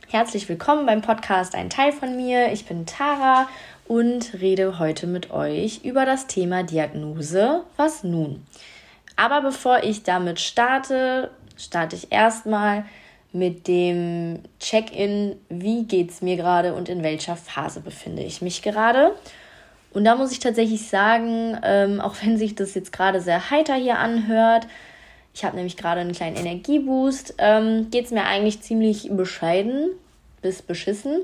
Herzlich willkommen beim Podcast Ein Teil von mir. Ich bin Tara und rede heute mit euch über das Thema Diagnose. Was nun? Aber bevor ich damit starte ich erstmal mit dem Check-in, wie geht es mir gerade und in welcher Phase befinde ich mich gerade. Und da muss ich tatsächlich sagen, auch wenn sich das jetzt gerade sehr heiter hier anhört, ich habe nämlich gerade einen kleinen Energieboost, geht es mir eigentlich ziemlich bescheiden bis beschissen.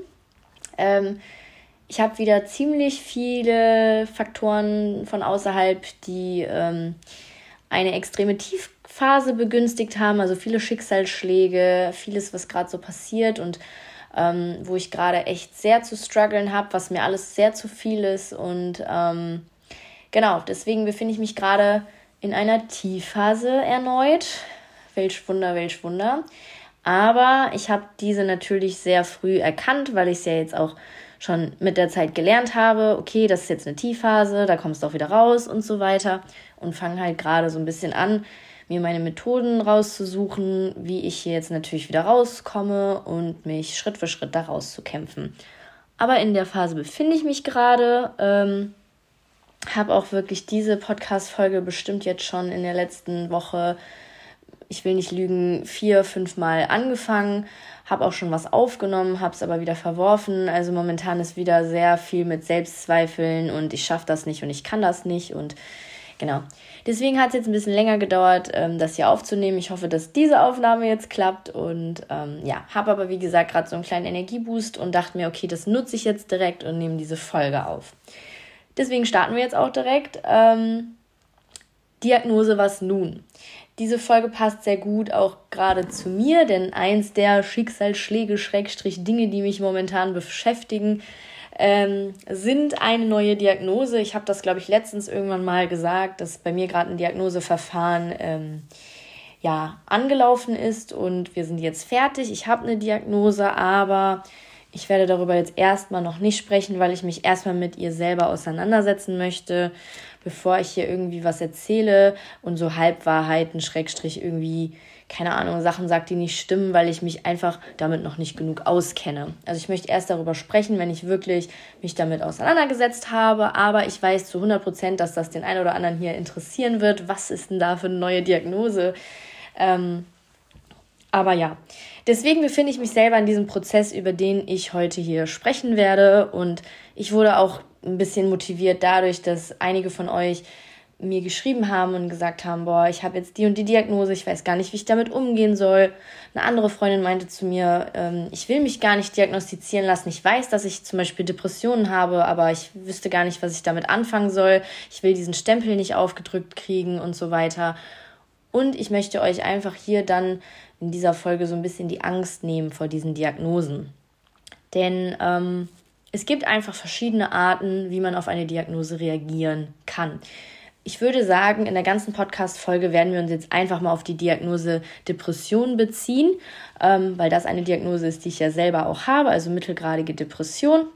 Ich habe wieder ziemlich viele Faktoren von außerhalb, die eine extreme Tiefphase begünstigt haben, also viele Schicksalsschläge, vieles, was gerade so passiert und wo ich gerade echt sehr zu strugglen habe, was mir alles sehr zu viel ist. Und genau, deswegen befinde ich mich gerade in einer Tiefphase erneut. Welch Wunder, welch Wunder. Aber ich habe diese natürlich sehr früh erkannt, weil ich es ja jetzt auch schon mit der Zeit gelernt habe. Okay, das ist jetzt eine Tiefphase, da kommst du auch wieder raus und so weiter. Und fange halt gerade so ein bisschen an, mir meine Methoden rauszusuchen, wie ich hier jetzt natürlich wieder rauskomme und mich Schritt für Schritt da rauszukämpfen. Aber in der Phase befinde ich mich gerade. Habe auch wirklich diese Podcast-Folge bestimmt jetzt schon in der letzten Woche, ich will nicht lügen, 4-5 Mal angefangen. Habe auch schon was aufgenommen, habe es aber wieder verworfen. Also momentan ist wieder sehr viel mit Selbstzweifeln und ich schaffe das nicht und ich kann das nicht. Und genau, deswegen hat es jetzt ein bisschen länger gedauert, das hier aufzunehmen. Ich hoffe, dass diese Aufnahme jetzt klappt und habe aber wie gesagt gerade so einen kleinen Energieboost und dachte mir, okay, das nutze ich jetzt direkt und nehme diese Folge auf. Deswegen starten wir jetzt auch direkt. Diagnose, was nun? Diese Folge passt sehr gut auch gerade zu mir, denn eins der Schicksalsschläge, Dinge, die mich momentan beschäftigen, sind eine neue Diagnose. Ich habe das, glaube ich, letztens irgendwann mal gesagt, dass bei mir gerade ein Diagnoseverfahren angelaufen ist und wir sind jetzt fertig. Ich habe eine Diagnose, aber ich werde darüber jetzt erstmal noch nicht sprechen, weil ich mich erstmal mit ihr selber auseinandersetzen möchte, bevor ich hier irgendwie was erzähle und so Halbwahrheiten, irgendwie, keine Ahnung, Sachen sage, die nicht stimmen, weil ich mich einfach damit noch nicht genug auskenne. Also ich möchte erst darüber sprechen, wenn ich wirklich mich damit auseinandergesetzt habe, aber ich weiß zu 100%, dass das den einen oder anderen hier interessieren wird. Was ist denn da für eine neue Diagnose? Aber ja, deswegen befinde ich mich selber in diesem Prozess, über den ich heute hier sprechen werde. Und ich wurde auch ein bisschen motiviert dadurch, dass einige von euch mir geschrieben haben und gesagt haben, boah, ich habe jetzt die und die Diagnose, ich weiß gar nicht, wie ich damit umgehen soll. Eine andere Freundin meinte zu mir, ich will mich gar nicht diagnostizieren lassen. Ich weiß, dass ich zum Beispiel Depressionen habe, aber ich wüsste gar nicht, was ich damit anfangen soll. Ich will diesen Stempel nicht aufgedrückt kriegen und so weiter. Und ich möchte euch einfach hier dann in dieser Folge so ein bisschen die Angst nehmen vor diesen Diagnosen. Denn es gibt einfach verschiedene Arten, wie man auf eine Diagnose reagieren kann. Ich würde sagen, in der ganzen Podcast-Folge werden wir uns jetzt einfach mal auf die Diagnose Depression beziehen, weil das eine Diagnose ist, die ich ja selber auch habe, also mittelgradige Depression.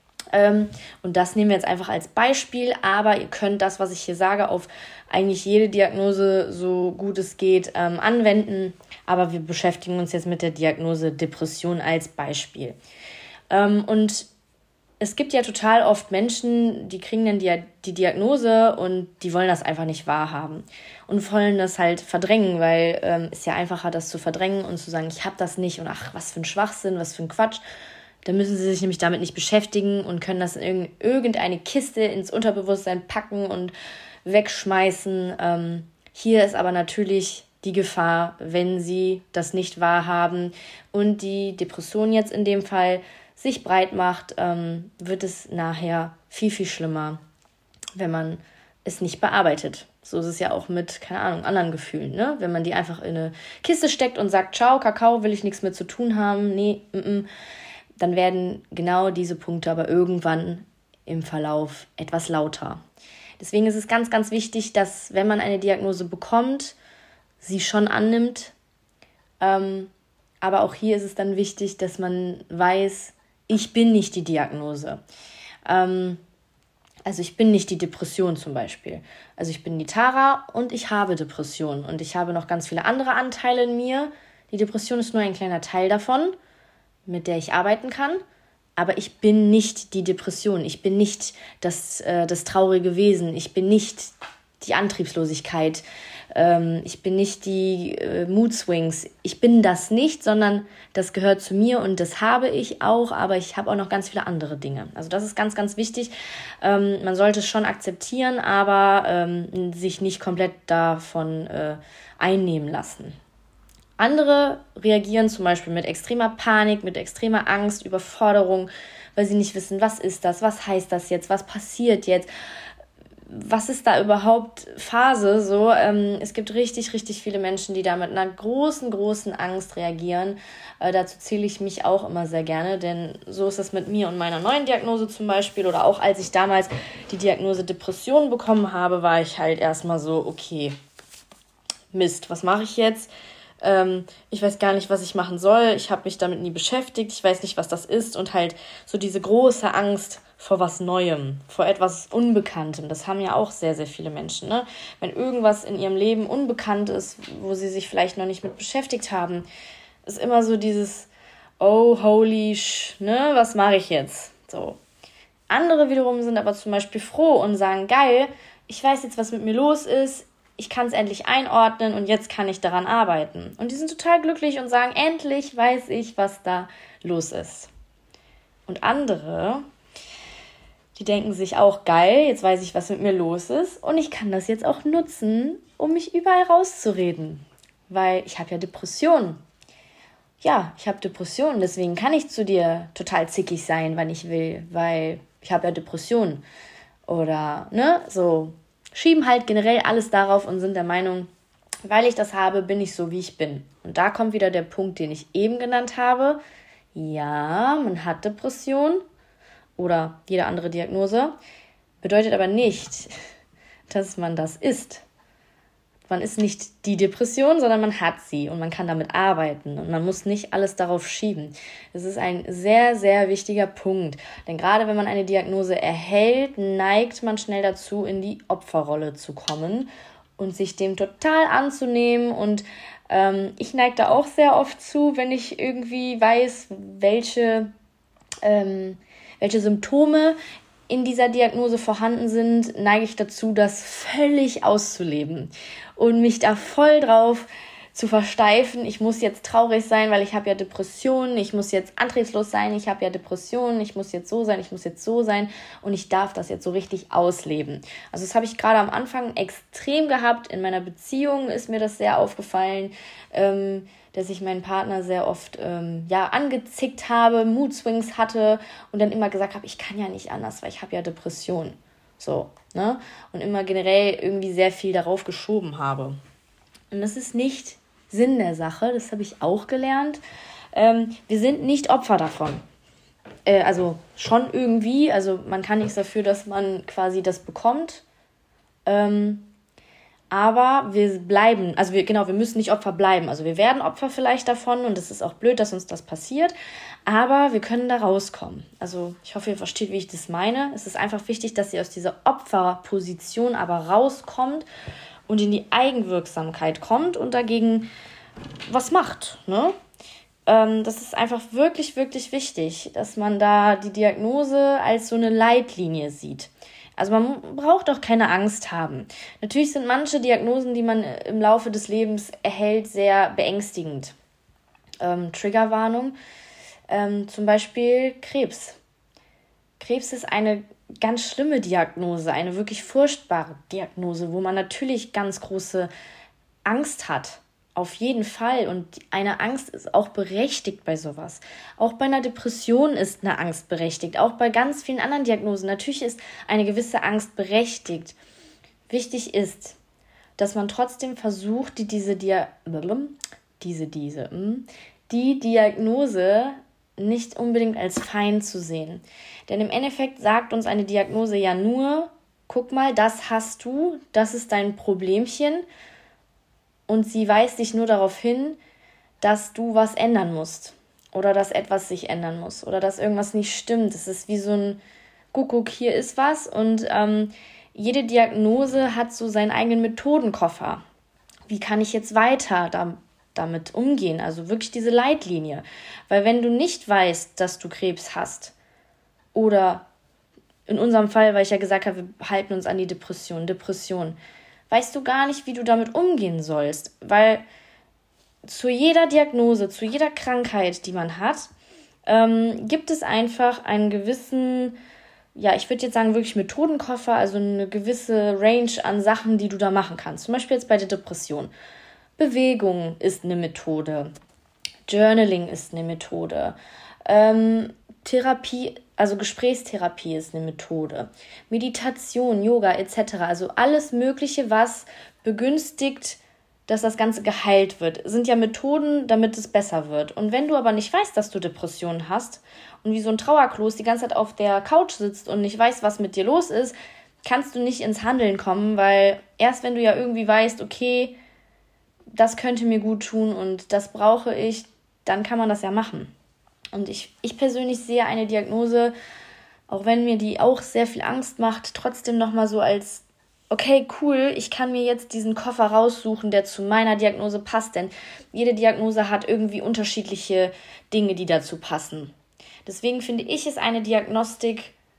Und das nehmen wir jetzt einfach als Beispiel, aber ihr könnt das, was ich hier sage, auf eigentlich jede Diagnose, so gut es geht, anwenden. Aber wir beschäftigen uns jetzt mit der Diagnose Depression als Beispiel. Und es gibt ja total oft Menschen, die kriegen dann die Diagnose und die wollen das einfach nicht wahrhaben und wollen das halt verdrängen, weil es ja einfacher, das zu verdrängen und zu sagen, ich habe das nicht und ach, was für ein Schwachsinn, was für ein Quatsch. Dann müssen sie sich nämlich damit nicht beschäftigen und können das in irgendeine Kiste ins Unterbewusstsein packen und wegschmeißen. Hier ist aber natürlich die Gefahr, wenn sie das nicht wahrhaben und die Depression jetzt in dem Fall sich breit macht, wird es nachher viel, viel schlimmer, wenn man es nicht bearbeitet. So ist es ja auch mit, keine Ahnung, anderen Gefühlen, ne? Wenn man die einfach in eine Kiste steckt und sagt, ciao, Kakao, will ich nichts mehr zu tun haben, nee, dann werden genau diese Punkte aber irgendwann im Verlauf etwas lauter. Deswegen ist es ganz, ganz wichtig, dass, wenn man eine Diagnose bekommt, sie schon annimmt. Aber auch hier ist es dann wichtig, dass man weiß, ich bin nicht die Diagnose. Also ich bin nicht die Depression zum Beispiel. Also ich bin die Tara und ich habe Depression. Und ich habe noch ganz viele andere Anteile in mir. Die Depression ist nur ein kleiner Teil davon. mit der ich arbeiten kann, aber ich bin nicht die Depression, ich bin nicht das traurige Wesen, ich bin nicht die Antriebslosigkeit, ich bin nicht die Mood Swings, ich bin das nicht, sondern das gehört zu mir und das habe ich auch, aber ich habe auch noch ganz viele andere Dinge. Also das ist ganz, ganz wichtig. Man sollte es schon akzeptieren, aber sich nicht komplett davon einnehmen lassen. Andere reagieren zum Beispiel mit extremer Panik, mit extremer Angst, Überforderung, weil sie nicht wissen, was ist das, was heißt das jetzt, was passiert jetzt, was ist da überhaupt Phase. So, es gibt richtig, richtig viele Menschen, die da mit einer großen, großen Angst reagieren. Dazu zähle ich mich auch immer sehr gerne, denn so ist das mit mir und meiner neuen Diagnose zum Beispiel. Oder auch als ich damals die Diagnose Depression bekommen habe, war ich halt erstmal so, okay, Mist, was mache ich jetzt? Ich weiß gar nicht, was ich machen soll. Ich habe mich damit nie beschäftigt. Ich weiß nicht, was das ist. Und halt so diese große Angst vor was Neuem, vor etwas Unbekanntem. Das haben ja auch sehr, sehr viele Menschen, ne? Wenn irgendwas in ihrem Leben unbekannt ist, wo sie sich vielleicht noch nicht mit beschäftigt haben, ist immer so dieses, oh, holy ne? Was mache ich jetzt? So. Andere wiederum sind aber zum Beispiel froh und sagen, geil, ich weiß jetzt, was mit mir los ist. Ich kann es endlich einordnen und jetzt kann ich daran arbeiten. Und die sind total glücklich und sagen, endlich weiß ich, was da los ist. Und andere, die denken sich auch, geil, jetzt weiß ich, was mit mir los ist und ich kann das jetzt auch nutzen, um mich überall rauszureden. Weil ich habe ja Depressionen. Ja, ich habe Depressionen, deswegen kann ich zu dir total zickig sein, wann ich will, weil ich habe ja Depressionen. Oder, ne, so. Schieben halt generell alles darauf und sind der Meinung, weil ich das habe, bin ich so, wie ich bin. Und da kommt wieder der Punkt, den ich eben genannt habe. Ja, man hat Depression oder jede andere Diagnose, bedeutet aber nicht, dass man das ist. Man ist nicht die Depression, sondern man hat sie und man kann damit arbeiten und man muss nicht alles darauf schieben. Das ist ein sehr, sehr wichtiger Punkt, denn gerade wenn man eine Diagnose erhält, neigt man schnell dazu, in die Opferrolle zu kommen und sich dem total anzunehmen und ich neige da auch sehr oft zu, wenn ich irgendwie weiß, welche Symptome in dieser Diagnose vorhanden sind, neige ich dazu, das völlig auszuleben und mich da voll drauf zu versteifen. Ich muss jetzt traurig sein, weil ich habe ja Depressionen, ich muss jetzt antriebslos sein, ich habe ja Depressionen, ich muss jetzt so sein, ich muss jetzt so sein und ich darf das jetzt so richtig ausleben. Also das habe ich gerade am Anfang extrem gehabt. In meiner Beziehung ist mir das sehr aufgefallen, dass ich meinen Partner sehr oft angezickt habe, Mood-Swings hatte und dann immer gesagt habe, ich kann ja nicht anders, weil ich habe ja Depression. So, ne? Und immer generell irgendwie sehr viel darauf geschoben habe. Und das ist nicht Sinn der Sache, das habe ich auch gelernt. Wir sind nicht Opfer davon. Also schon irgendwie, also man kann nichts dafür, dass man quasi das bekommt. Aber wir bleiben, also wir müssen nicht Opfer bleiben. Also wir werden Opfer vielleicht davon und es ist auch blöd, dass uns das passiert. Aber wir können da rauskommen. Also ich hoffe, ihr versteht, wie ich das meine. Es ist einfach wichtig, dass ihr aus dieser Opferposition aber rauskommt und in die Eigenwirksamkeit kommt und dagegen was macht, ne? Das ist einfach wirklich, wirklich wichtig, dass man da die Diagnose als so eine Leitlinie sieht. Also man braucht auch keine Angst haben. Natürlich sind manche Diagnosen, die man im Laufe des Lebens erhält, sehr beängstigend. Triggerwarnung, zum Beispiel Krebs. Krebs ist eine ganz schlimme Diagnose, eine wirklich furchtbare Diagnose, wo man natürlich ganz große Angst hat. Auf jeden Fall. Und eine Angst ist auch berechtigt bei sowas. Auch bei einer Depression ist eine Angst berechtigt. Auch bei ganz vielen anderen Diagnosen. Natürlich ist eine gewisse Angst berechtigt. Wichtig ist, dass man trotzdem versucht, die Diagnose nicht unbedingt als Feind zu sehen. Denn im Endeffekt sagt uns eine Diagnose ja nur, guck mal, das hast du, das ist dein Problemchen. Und sie weist dich nur darauf hin, dass du was ändern musst. Oder dass etwas sich ändern muss. Oder dass irgendwas nicht stimmt. Es ist wie so ein Kuckuck, hier ist was. Und jede Diagnose hat so seinen eigenen Methodenkoffer. Wie kann ich jetzt weiter damit umgehen, also wirklich diese Leitlinie. Weil wenn du nicht weißt, dass du Krebs hast, oder in unserem Fall, weil ich ja gesagt habe, wir halten uns an die Depression, weißt du gar nicht, wie du damit umgehen sollst. Weil zu jeder Diagnose, zu jeder Krankheit, die man hat, gibt es einfach einen gewissen, ja, ich würde jetzt sagen, wirklich Methodenkoffer, also eine gewisse Range an Sachen, die du da machen kannst. Zum Beispiel jetzt bei der Depression. Bewegung ist eine Methode. Journaling ist eine Methode. Therapie, also Gesprächstherapie ist eine Methode. Meditation, Yoga etc. Also alles Mögliche, was begünstigt, dass das Ganze geheilt wird, sind ja Methoden, damit es besser wird. Und wenn du aber nicht weißt, dass du Depressionen hast und wie so ein Trauerkloß die ganze Zeit auf der Couch sitzt und nicht weißt, was mit dir los ist, kannst du nicht ins Handeln kommen, weil erst wenn du ja irgendwie weißt, okay, das könnte mir gut tun und das brauche ich, dann kann man das ja machen. Und ich persönlich sehe eine Diagnose, auch wenn mir die auch sehr viel Angst macht, trotzdem nochmal so als, okay, cool, ich kann mir jetzt diesen Koffer raussuchen, der zu meiner Diagnose passt, denn jede Diagnose hat irgendwie unterschiedliche Dinge, die dazu passen. Deswegen finde ich es eine Diagnose,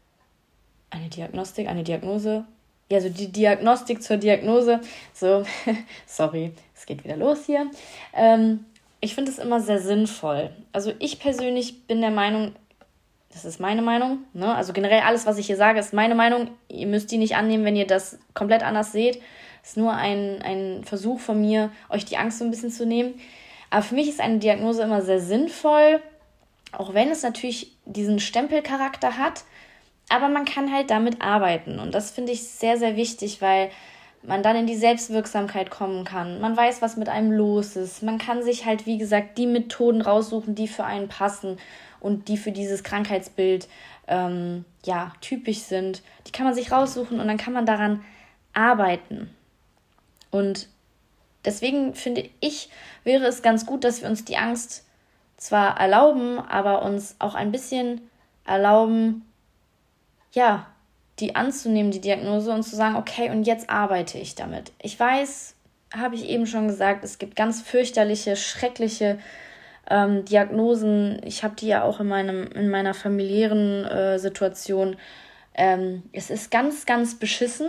ja, so die Diagnostik zur Diagnose, so, sorry, es geht wieder los hier. Ich finde es immer sehr sinnvoll. Also ich persönlich bin der Meinung, das ist meine Meinung, ne? Also generell alles, was ich hier sage, ist meine Meinung. Ihr müsst die nicht annehmen, wenn ihr das komplett anders seht. Es ist nur ein Versuch von mir, euch die Angst so ein bisschen zu nehmen. Aber für mich ist eine Diagnose immer sehr sinnvoll, auch wenn es natürlich diesen Stempelcharakter hat. Aber man kann halt damit arbeiten. Und das finde ich sehr, sehr wichtig, weil man dann in die Selbstwirksamkeit kommen kann. Man weiß, was mit einem los ist. Man kann sich halt, wie gesagt, die Methoden raussuchen, die für einen passen und die für dieses Krankheitsbild typisch sind. Die kann man sich raussuchen und dann kann man daran arbeiten. Und deswegen finde ich, wäre es ganz gut, dass wir uns die Angst zwar erlauben, aber uns auch ein bisschen erlauben, ja, die anzunehmen, die Diagnose, und zu sagen, okay, und jetzt arbeite ich damit. Ich weiß, habe ich eben schon gesagt, es gibt ganz fürchterliche, schreckliche Diagnosen. Ich habe die ja auch in meiner familiären Situation. Es ist ganz, ganz beschissen.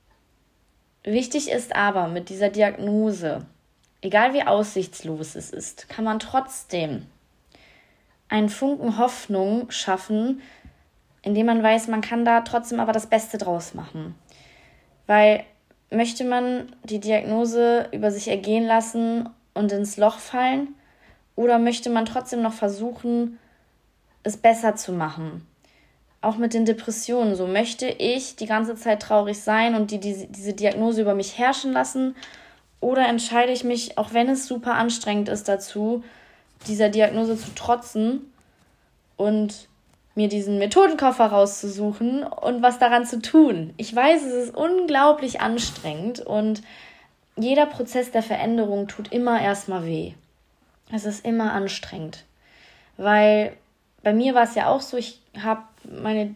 Wichtig ist aber, mit dieser Diagnose, egal wie aussichtslos es ist, kann man trotzdem einen Funken Hoffnung schaffen, indem man weiß, man kann da trotzdem aber das Beste draus machen. Weil möchte man die Diagnose über sich ergehen lassen und ins Loch fallen, oder möchte man trotzdem noch versuchen, es besser zu machen? Auch mit den Depressionen. So, möchte ich die ganze Zeit traurig sein und diese Diagnose über mich herrschen lassen? Oder entscheide ich mich, auch wenn es super anstrengend ist, dazu, dieser Diagnose zu trotzen und mir diesen Methodenkoffer rauszusuchen und was daran zu tun? Ich weiß, es ist unglaublich anstrengend und jeder Prozess der Veränderung tut immer erstmal weh. Es ist immer anstrengend, weil bei mir war es ja auch so, ich habe meine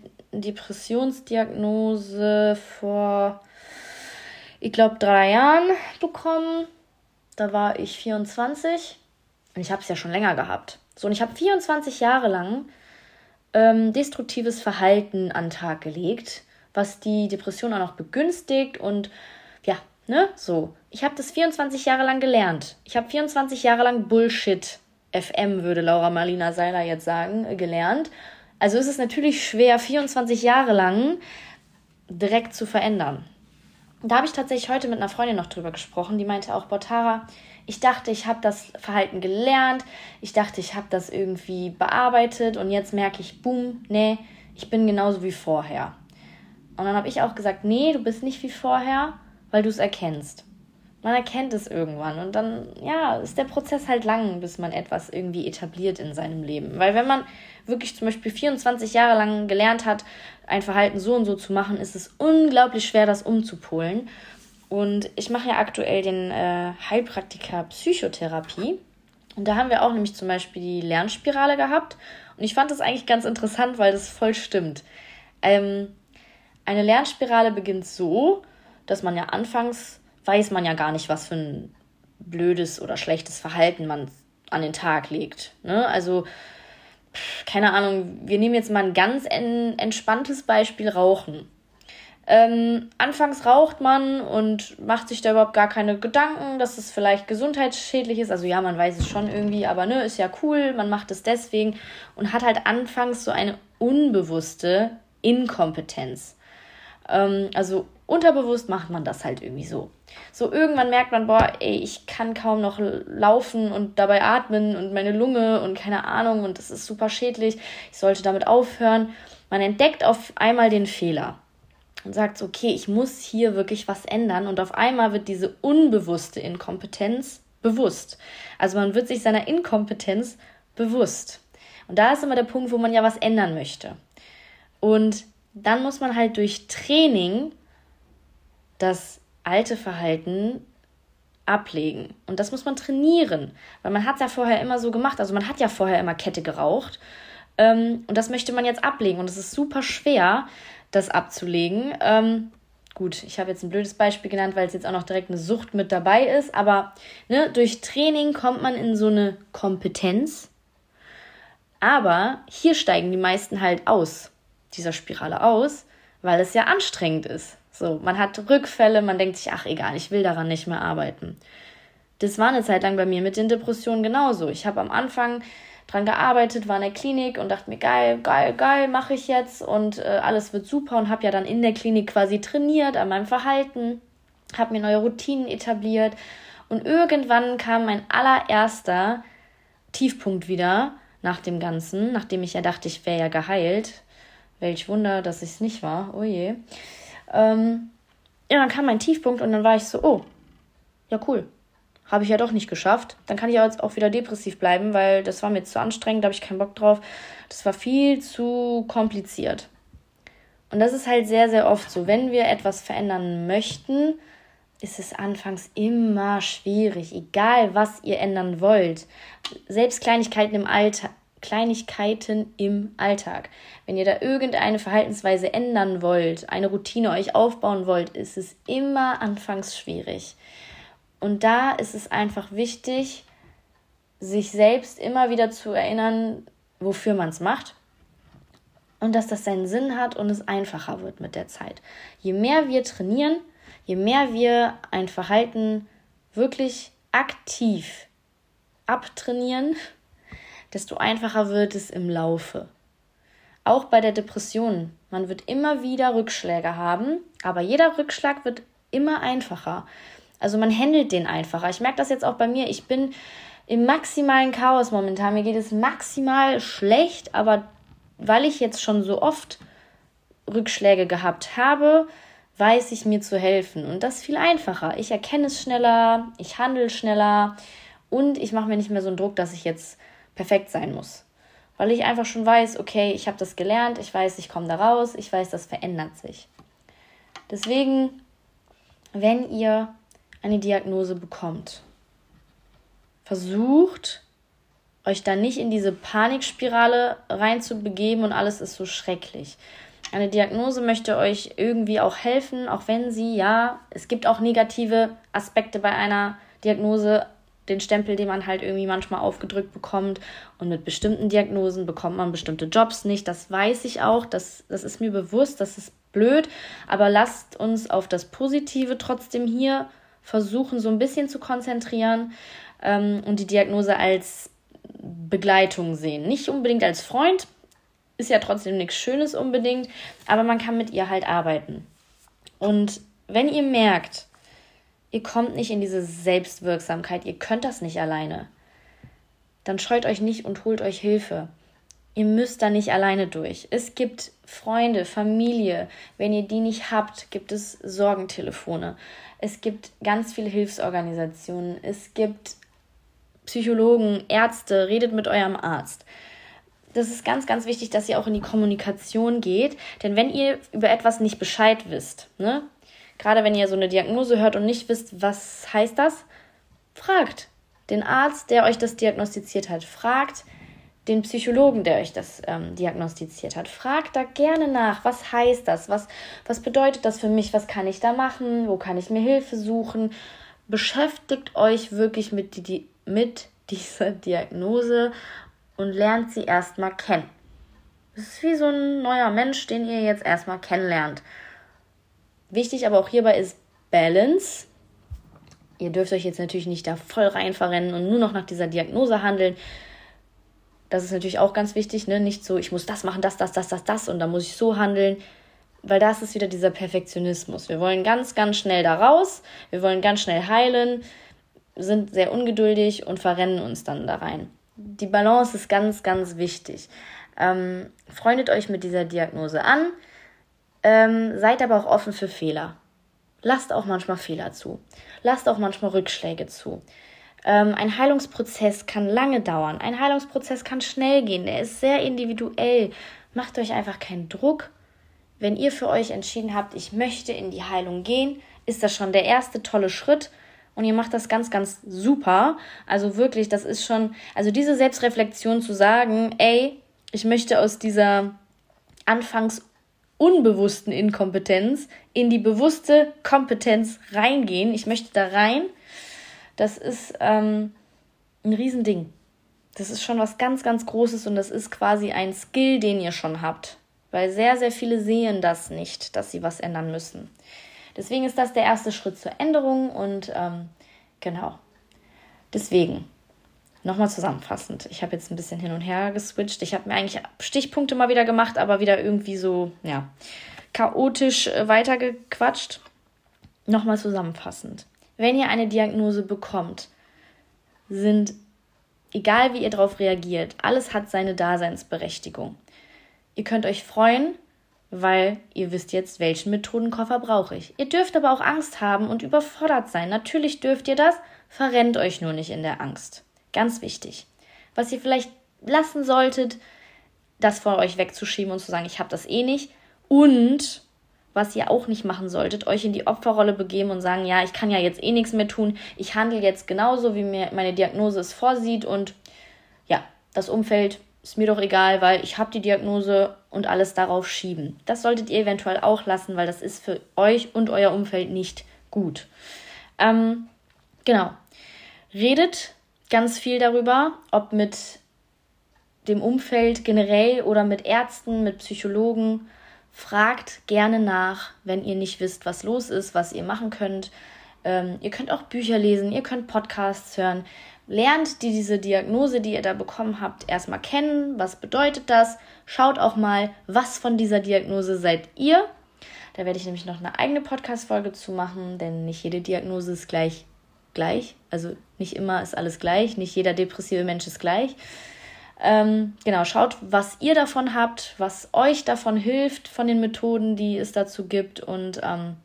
Depressionsdiagnose vor, ich glaube, 3 Jahren bekommen. Da war ich 24 und ich habe es ja schon länger gehabt. So, und ich habe 24 Jahre lang destruktives Verhalten an den Tag gelegt, was die Depression auch noch begünstigt und ja, ne, so. Ich habe das 24 Jahre lang gelernt. Ich habe 24 Jahre lang Bullshit, FM würde Laura Marlina Seiler jetzt sagen, gelernt. Also ist es natürlich schwer, 24 Jahre lang direkt zu verändern. Und da habe ich tatsächlich heute mit einer Freundin noch drüber gesprochen, die meinte auch, boah, Tara, ich dachte, ich habe das Verhalten gelernt, ich dachte, ich habe das irgendwie bearbeitet und jetzt merke ich, boom, nee, ich bin genauso wie vorher. Und dann habe ich auch gesagt, nee, du bist nicht wie vorher, weil du es erkennst. Man erkennt es irgendwann und dann, ja, ist der Prozess halt lang, bis man etwas irgendwie etabliert in seinem Leben. Weil wenn man wirklich zum Beispiel 24 Jahre lang gelernt hat, ein Verhalten so und so zu machen, ist es unglaublich schwer, das umzupolen. Und ich mache ja aktuell den Heilpraktiker Psychotherapie. Und da haben wir auch nämlich zum Beispiel die Lernspirale gehabt. Und ich fand das eigentlich ganz interessant, weil das voll stimmt. Eine Lernspirale beginnt so, dass man ja anfangs weiß man ja gar nicht, was für ein blödes oder schlechtes Verhalten man an den Tag legt. Ne? Also, keine Ahnung, wir nehmen jetzt mal ein ganz entspanntes Beispiel, Rauchen. Anfangs raucht man und macht sich da überhaupt gar keine Gedanken, dass es vielleicht gesundheitsschädlich ist. Also ja, man weiß es schon irgendwie, aber ne, ist ja cool, man macht es deswegen und hat halt anfangs so eine unbewusste Inkompetenz. Also unterbewusst macht man das halt irgendwie so. So irgendwann merkt man, boah, ey, ich kann kaum noch laufen und dabei atmen und meine Lunge und keine Ahnung und das ist super schädlich, ich sollte damit aufhören. Man entdeckt auf einmal den Fehler und sagt, okay, ich muss hier wirklich was ändern und auf einmal wird diese unbewusste Inkompetenz bewusst. Also man wird sich seiner Inkompetenz bewusst. Und da ist immer der Punkt, wo man ja was ändern möchte. Und dann muss man halt durch Training das alte Verhalten ablegen. Und das muss man trainieren, weil man hat es ja vorher immer so gemacht. Also man hat ja vorher immer Kette geraucht und das möchte man jetzt ablegen. Und es ist super schwer, das abzulegen. Gut, ich habe jetzt ein blödes Beispiel genannt, weil es jetzt auch noch direkt eine Sucht mit dabei ist. Aber ne, durch Training kommt man in so eine Kompetenz. Aber hier steigen die meisten halt aus dieser Spirale aus, weil es ja anstrengend ist. So, man hat Rückfälle, man denkt sich, ach egal, ich will daran nicht mehr arbeiten. Das war eine Zeit lang bei mir mit den Depressionen genauso. Ich habe am Anfang dran gearbeitet, war in der Klinik und dachte mir, geil, mache ich jetzt und alles wird super und habe ja dann in der Klinik quasi trainiert an meinem Verhalten, habe mir neue Routinen etabliert und irgendwann kam mein allererster Tiefpunkt wieder nach dem Ganzen, nachdem ich ja dachte, ich wäre ja geheilt. Welch Wunder, dass ich es nicht war. Oh je. Dann kam mein Tiefpunkt und dann war ich so, oh, ja cool. Habe ich ja doch nicht geschafft. Dann kann ich jetzt auch wieder depressiv bleiben, weil das war mir zu anstrengend, da habe ich keinen Bock drauf. Das war viel zu kompliziert. Und das ist halt sehr, sehr oft so. Wenn wir etwas verändern möchten, ist es anfangs immer schwierig. Egal, was ihr ändern wollt. Selbst Kleinigkeiten im Alltag. Wenn ihr da irgendeine Verhaltensweise ändern wollt, eine Routine euch aufbauen wollt, ist es immer anfangs schwierig. Und da ist es einfach wichtig, sich selbst immer wieder zu erinnern, wofür man es macht und dass das seinen Sinn hat und es einfacher wird mit der Zeit. Je mehr wir trainieren, je mehr wir ein Verhalten wirklich aktiv abtrainieren, desto einfacher wird es im Laufe. Auch bei der Depression. Man wird immer wieder Rückschläge haben, aber jeder Rückschlag wird immer einfacher. Also man handelt den einfacher. Ich merke das jetzt auch bei mir. Ich bin im maximalen Chaos momentan. Mir geht es maximal schlecht, aber weil ich jetzt schon so oft Rückschläge gehabt habe, weiß ich mir zu helfen. Und das ist viel einfacher. Ich erkenne es schneller, ich handle schneller und ich mache mir nicht mehr so einen Druck, dass ich jetzt perfekt sein muss. Weil ich einfach schon weiß, okay, ich habe das gelernt, ich weiß, ich komme da raus, ich weiß, das verändert sich. Deswegen, wenn ihr eine Diagnose bekommt, versucht, euch da nicht in diese Panikspirale reinzubegeben und alles ist so schrecklich. Eine Diagnose möchte euch irgendwie auch helfen, auch wenn es gibt auch negative Aspekte bei einer Diagnose, den Stempel, den man halt irgendwie manchmal aufgedrückt bekommt und mit bestimmten Diagnosen bekommt man bestimmte Jobs nicht, das weiß ich auch, das ist mir bewusst, das ist blöd, aber lasst uns auf das Positive trotzdem hier versuchen, so ein bisschen zu konzentrieren und die Diagnose als Begleitung sehen, nicht unbedingt als Freund, ist ja trotzdem nichts Schönes unbedingt, aber man kann mit ihr halt arbeiten. Und wenn ihr merkt, ihr kommt nicht in diese Selbstwirksamkeit, ihr könnt das nicht alleine, dann scheut euch nicht und holt euch Hilfe. Ihr müsst da nicht alleine durch. Es gibt Freunde, Familie. Wenn ihr die nicht habt, gibt es Sorgentelefone. Es gibt ganz viele Hilfsorganisationen. Es gibt Psychologen, Ärzte. Redet mit eurem Arzt. Das ist ganz, ganz wichtig, dass ihr auch in die Kommunikation geht. Denn wenn ihr über etwas nicht Bescheid wisst, ne? Gerade wenn ihr so eine Diagnose hört und nicht wisst, was heißt das, fragt den Arzt, der euch das diagnostiziert hat. Fragt den Psychologen, der euch das diagnostiziert hat. Fragt da gerne nach, was heißt das, was bedeutet das für mich, was kann ich da machen, wo kann ich mir Hilfe suchen. beschäftigt euch wirklich mit dieser Diagnose und lernt sie erstmal kennen. Es ist wie so ein neuer Mensch, den ihr jetzt erstmal kennenlernt. Wichtig aber auch hierbei ist Balance. Ihr dürft euch jetzt natürlich nicht da voll rein verrennen und nur noch nach dieser Diagnose handeln. Das ist natürlich auch ganz wichtig, ne? Nicht so, ich muss das machen, das und dann muss ich so handeln, weil das ist wieder dieser Perfektionismus. Wir wollen ganz, ganz schnell da raus, wir wollen ganz schnell heilen, sind sehr ungeduldig und verrennen uns dann da rein. Die Balance ist ganz, ganz wichtig. Freundet euch mit dieser Diagnose an, seid aber auch offen für Fehler. Lasst auch manchmal Fehler zu. Lasst auch manchmal Rückschläge zu. Ein Heilungsprozess kann lange dauern. Ein Heilungsprozess kann schnell gehen. Er ist sehr individuell. Macht euch einfach keinen Druck. Wenn ihr für euch entschieden habt, ich möchte in die Heilung gehen, ist das schon der erste tolle Schritt. Und ihr macht das ganz, ganz super. Also wirklich, das ist schon, also diese Selbstreflexion zu sagen, ey, ich möchte aus dieser anfangs unbewussten Inkompetenz in die bewusste Kompetenz reingehen. Ich möchte da rein. Das ist ein Riesending. Das ist schon was ganz, ganz Großes und das ist quasi ein Skill, den ihr schon habt. Weil sehr, sehr viele sehen das nicht, dass sie was ändern müssen. Deswegen ist das der erste Schritt zur Änderung und genau. Deswegen, nochmal zusammenfassend. Ich habe jetzt ein bisschen hin und her geswitcht. Ich habe mir eigentlich Stichpunkte mal wieder gemacht, aber wieder irgendwie so, ja, chaotisch weitergequatscht. Nochmal zusammenfassend. Wenn ihr eine Diagnose bekommt, sind, egal wie ihr darauf reagiert, alles hat seine Daseinsberechtigung. Ihr könnt euch freuen, weil ihr wisst jetzt, welchen Methodenkoffer brauche ich. Ihr dürft aber auch Angst haben und überfordert sein. Natürlich dürft ihr das, verrennt euch nur nicht in der Angst. Ganz wichtig. Was ihr vielleicht lassen solltet, das vor euch wegzuschieben und zu sagen, ich habe das eh nicht. Und was ihr auch nicht machen solltet, euch in die Opferrolle begeben und sagen, ja, ich kann ja jetzt eh nichts mehr tun. Ich handle jetzt genauso, wie mir meine Diagnose es vorsieht. Und ja, das Umfeld ist mir doch egal, weil ich habe die Diagnose und alles darauf schieben. Das solltet ihr eventuell auch lassen, weil das ist für euch und euer Umfeld nicht gut. Genau. Redet ganz viel darüber, ob mit dem Umfeld generell oder mit Ärzten, mit Psychologen. Fragt gerne nach, wenn ihr nicht wisst, was los ist, was ihr machen könnt. Ihr könnt auch Bücher lesen, ihr könnt Podcasts hören. Lernt diese Diagnose, die ihr da bekommen habt, erstmal kennen. Was bedeutet das? Schaut auch mal, was von dieser Diagnose seid ihr. Da werde ich nämlich noch eine eigene Podcast-Folge zu machen, denn nicht jede Diagnose ist gleich. Also nicht immer ist alles gleich, nicht jeder depressive Mensch ist gleich. Genau, schaut, was ihr davon habt, was euch davon hilft, von den Methoden, die es dazu gibt und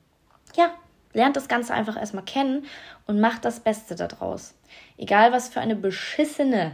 lernt das Ganze einfach erstmal kennen und macht das Beste daraus. Egal, was für eine beschissene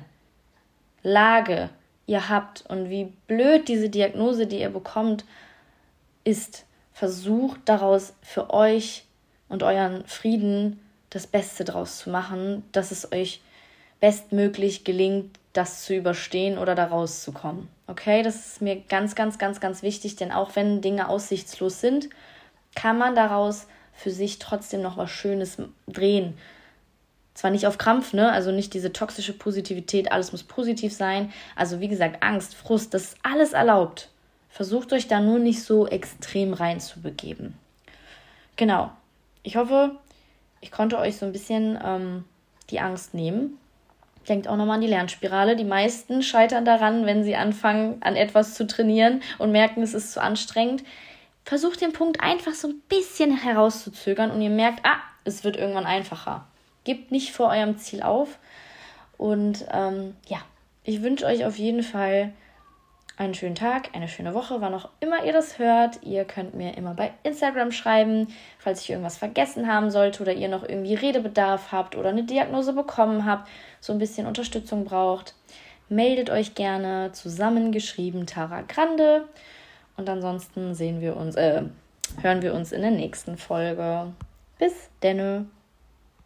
Lage ihr habt und wie blöd diese Diagnose, die ihr bekommt, ist, versucht daraus für euch und euren Frieden das Beste draus zu machen, dass es euch bestmöglich gelingt, das zu überstehen oder da rauszukommen. Okay, das ist mir ganz, ganz, ganz, ganz wichtig, denn auch wenn Dinge aussichtslos sind, kann man daraus für sich trotzdem noch was Schönes drehen. Zwar nicht auf Krampf, ne? Also nicht diese toxische Positivität, alles muss positiv sein. Also wie gesagt, Angst, Frust, das ist alles erlaubt. Versucht euch da nur nicht so extrem reinzubegeben. Genau. Ich hoffe, ich konnte euch so ein bisschen die Angst nehmen. Denkt auch nochmal an die Lernspirale. Die meisten scheitern daran, wenn sie anfangen, an etwas zu trainieren und merken, es ist zu anstrengend. Versucht den Punkt einfach so ein bisschen herauszuzögern und ihr merkt, es wird irgendwann einfacher. Gebt nicht vor eurem Ziel auf. Und ich wünsche euch auf jeden Fall einen schönen Tag, eine schöne Woche, wann auch immer ihr das hört. Ihr könnt mir immer bei Instagram schreiben, falls ich irgendwas vergessen haben sollte oder ihr noch irgendwie Redebedarf habt oder eine Diagnose bekommen habt, so ein bisschen Unterstützung braucht. Meldet euch gerne, zusammengeschrieben Tara Grande. Und ansonsten hören wir uns in der nächsten Folge. Bis denne.